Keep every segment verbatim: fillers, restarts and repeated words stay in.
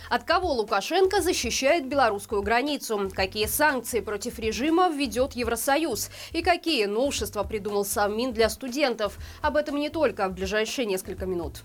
От кого Лукашенко защищает белорусскую границу? Какие санкции против режима введет Евросоюз? И какие новшества придумал Совмин для студентов? Об этом не только в ближайшие несколько минут.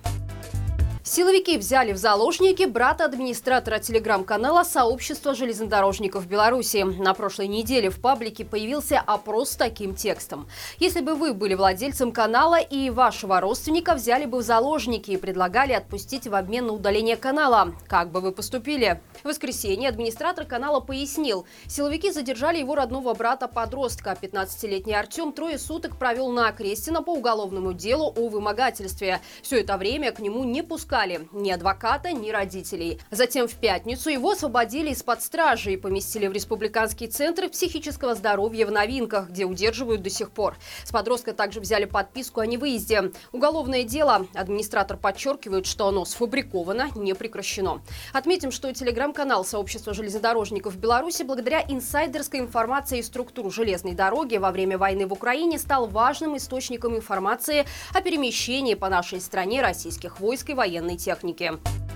Силовики взяли в заложники брата администратора телеграм-канала «Сообщество железнодорожников Беларуси». На прошлой неделе в паблике появился опрос с таким текстом. Если бы вы были владельцем канала и вашего родственника взяли бы в заложники и предлагали отпустить в обмен на удаление канала, как бы вы поступили? В воскресенье администратор канала пояснил, силовики задержали его родного брата-подростка. пятнадцатилетний Артем трое суток провел на Окрестина по уголовному делу о вымогательстве. Все это время к нему не пускали ни адвоката, ни родителей. Затем в пятницу его освободили из-под стражи и поместили в Республиканский центр психического здоровья в Новинках, где удерживают до сих пор. С подростка также взяли подписку о невыезде. Уголовное дело, администратор подчеркивает, что оно сфабриковано, не прекращено. Отметим, что телеграм-канал «Сообщество железнодорожников Беларуси» благодаря инсайдерской информации из структур железной дороги во время войны в Украине стал важным источником информации о перемещении по нашей стране российских войск и военных техники.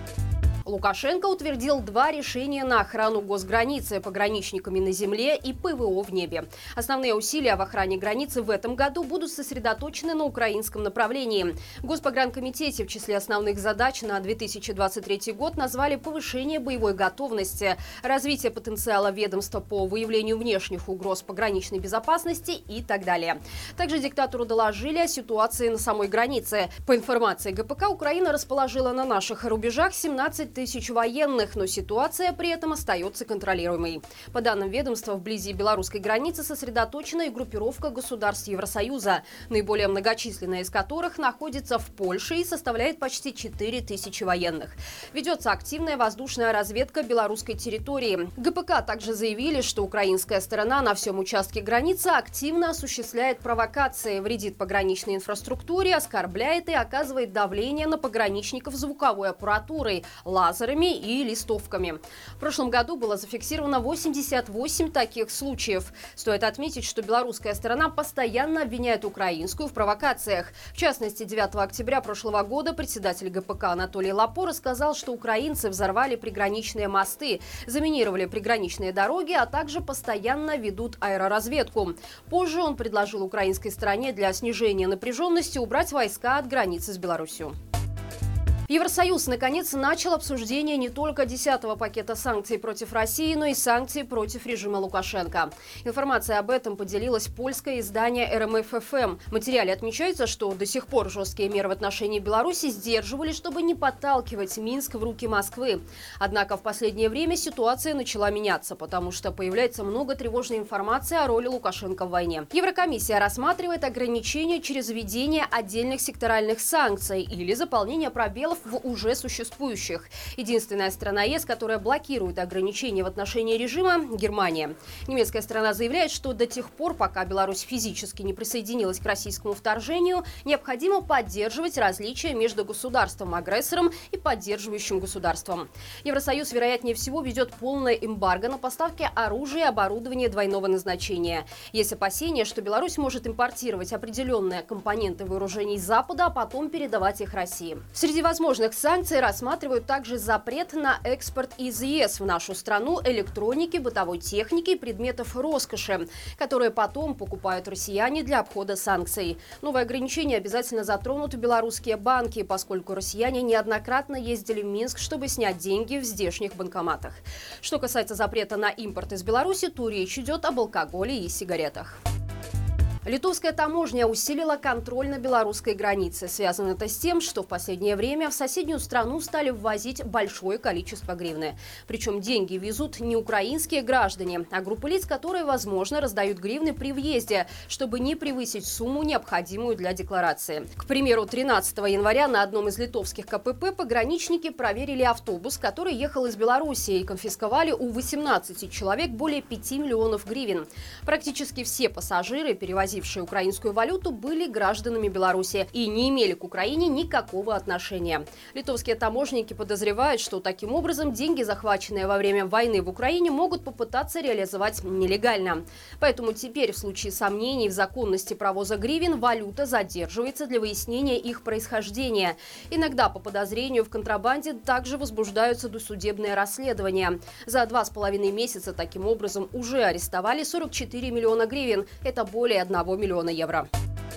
Лукашенко утвердил два решения на охрану госграницы пограничниками на земле и ПВО в небе. Основные усилия в охране границы в этом году будут сосредоточены на украинском направлении. В Госпогранкомитете в числе основных задач на две тысячи двадцать третий год назвали повышение боевой готовности, развитие потенциала ведомства по выявлению внешних угроз пограничной безопасности и так далее. Также диктатору доложили о ситуации на самой границе. По информации ГПК, Украина расположила на наших рубежах семнадцать тысяч военных, но ситуация при этом остается контролируемой. По данным ведомства, вблизи белорусской границы сосредоточена и группировка государств Евросоюза, наиболее многочисленная из которых находится в Польше и составляет почти четыре тысячи военных. Ведется активная воздушная разведка белорусской территории. ГПК также заявили, что украинская сторона на всем участке границы активно осуществляет провокации, вредит пограничной инфраструктуре, оскорбляет и оказывает давление на пограничников звуковой аппаратурой, лазерами и листовками. В прошлом году было зафиксировано восемьдесят восемь таких случаев. Стоит отметить, что белорусская сторона постоянно обвиняет украинскую в провокациях. В частности, девятого октября прошлого года председатель ГПК Анатолий Лапо рассказал, что украинцы взорвали приграничные мосты, заминировали приграничные дороги, а также постоянно ведут аэроразведку. Позже он предложил украинской стороне для снижения напряженности убрать войска от границы с Беларусью. Евросоюз, наконец, начал обсуждение не только десятого пакета санкций против России, но и санкций против режима Лукашенко. Информация об этом поделилось польское издание эр эм эф эф эм. В материале отмечается, что до сих пор жесткие меры в отношении Беларуси сдерживали, чтобы не подталкивать Минск в руки Москвы. Однако в последнее время ситуация начала меняться, потому что появляется много тревожной информации о роли Лукашенко в войне. Еврокомиссия рассматривает ограничения через введение отдельных секторальных санкций или заполнение пробелов в уже существующих. Единственная страна ЕС, которая блокирует ограничения в отношении режима – Германия. Немецкая сторона заявляет, что до тех пор, пока Беларусь физически не присоединилась к российскому вторжению, необходимо поддерживать различия между государством-агрессором и поддерживающим государством. Евросоюз, вероятнее всего, ведет полное эмбарго на поставки оружия и оборудования двойного назначения. Есть опасения, что Беларусь может импортировать определенные компоненты вооружений Запада, а потом передавать их России. Среди возможных санкций рассматривают также запрет на экспорт из ЕС в нашу страну электроники, бытовой техники и предметов роскоши, которые потом покупают россияне для обхода санкций. Новые ограничения обязательно затронут белорусские банки, поскольку россияне неоднократно ездили в Минск, чтобы снять деньги в здешних банкоматах. Что касается запрета на импорт из Беларуси, то речь идет об алкоголе и сигаретах. Литовская таможня усилила контроль на белорусской границе. Связано это с тем, что в последнее время в соседнюю страну стали ввозить большое количество гривны. Причем деньги везут не украинские граждане, а группы лиц, которые, возможно, раздают гривны при въезде, чтобы не превысить сумму, необходимую для декларации. К примеру, тринадцатого января на одном из литовских ка пэ пэ пограничники проверили автобус, который ехал из Беларуси, и конфисковали у восемнадцати человек более пяти миллионов гривен. Практически все пассажиры перевозили ввозившие украинскую валюту, были гражданами Беларуси и не имели к Украине никакого отношения. Литовские таможенники подозревают, что таким образом деньги, захваченные во время войны в Украине, могут попытаться реализовать нелегально. Поэтому теперь в случае сомнений в законности провоза гривен валюта задерживается для выяснения их происхождения. Иногда по подозрению в контрабанде также возбуждаются досудебные расследования. За два с половиной месяца таким образом уже арестовали сорок четыре миллиона гривен. Это более одного миллиона евро.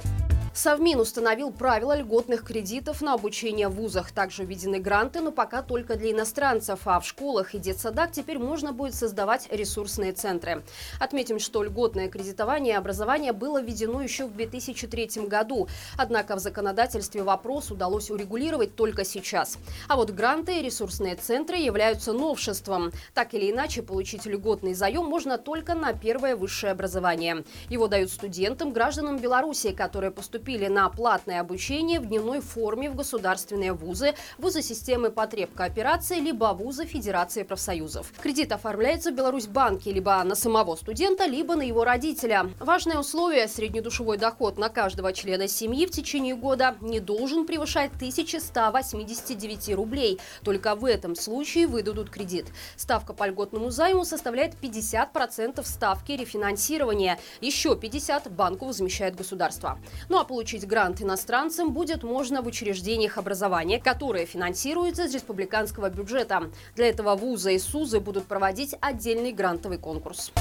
Совмин установил правила льготных кредитов на обучение в вузах. Также введены гранты, но пока только для иностранцев. А в школах и детсадах теперь можно будет создавать ресурсные центры. Отметим, что льготное кредитование и образование было введено еще в две тысячи третьем году. Однако в законодательстве вопрос удалось урегулировать только сейчас. А вот гранты и ресурсные центры являются новшеством. Так или иначе, получить льготный заем можно только на первое высшее образование. Его дают студентам, гражданам Беларуси, которые поступили на платное обучение в дневной форме в государственные вузы, вузы системы потребкооперации, либо вузы Федерации профсоюзов. Кредит оформляется в Беларусьбанке либо на самого студента, либо на его родителя. Важное условие – среднедушевой доход на каждого члена семьи в течение года не должен превышать тысячу сто восемьдесят девять рублей. Только в этом случае выдадут кредит. Ставка по льготному займу составляет пятьдесят процентов ставки рефинансирования. Еще пятьдесят процентов банку возмещает государство. Ну а получить грант иностранцам будет можно в учреждениях образования, которые финансируются из республиканского бюджета. Для этого вузы и СУЗы будут проводить отдельный грантовый конкурс.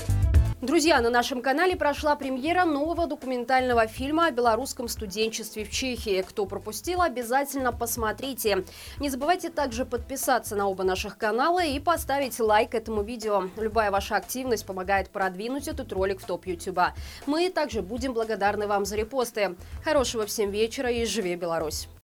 Друзья, на нашем канале прошла премьера нового документального фильма о белорусском студенчестве в Чехии. Кто пропустил, обязательно посмотрите. Не забывайте также подписаться на оба наших канала и поставить лайк этому видео. Любая ваша активность помогает продвинуть этот ролик в топ Ютуба. Мы также будем благодарны вам за репосты. Хорошего всем вечера и живи Беларусь!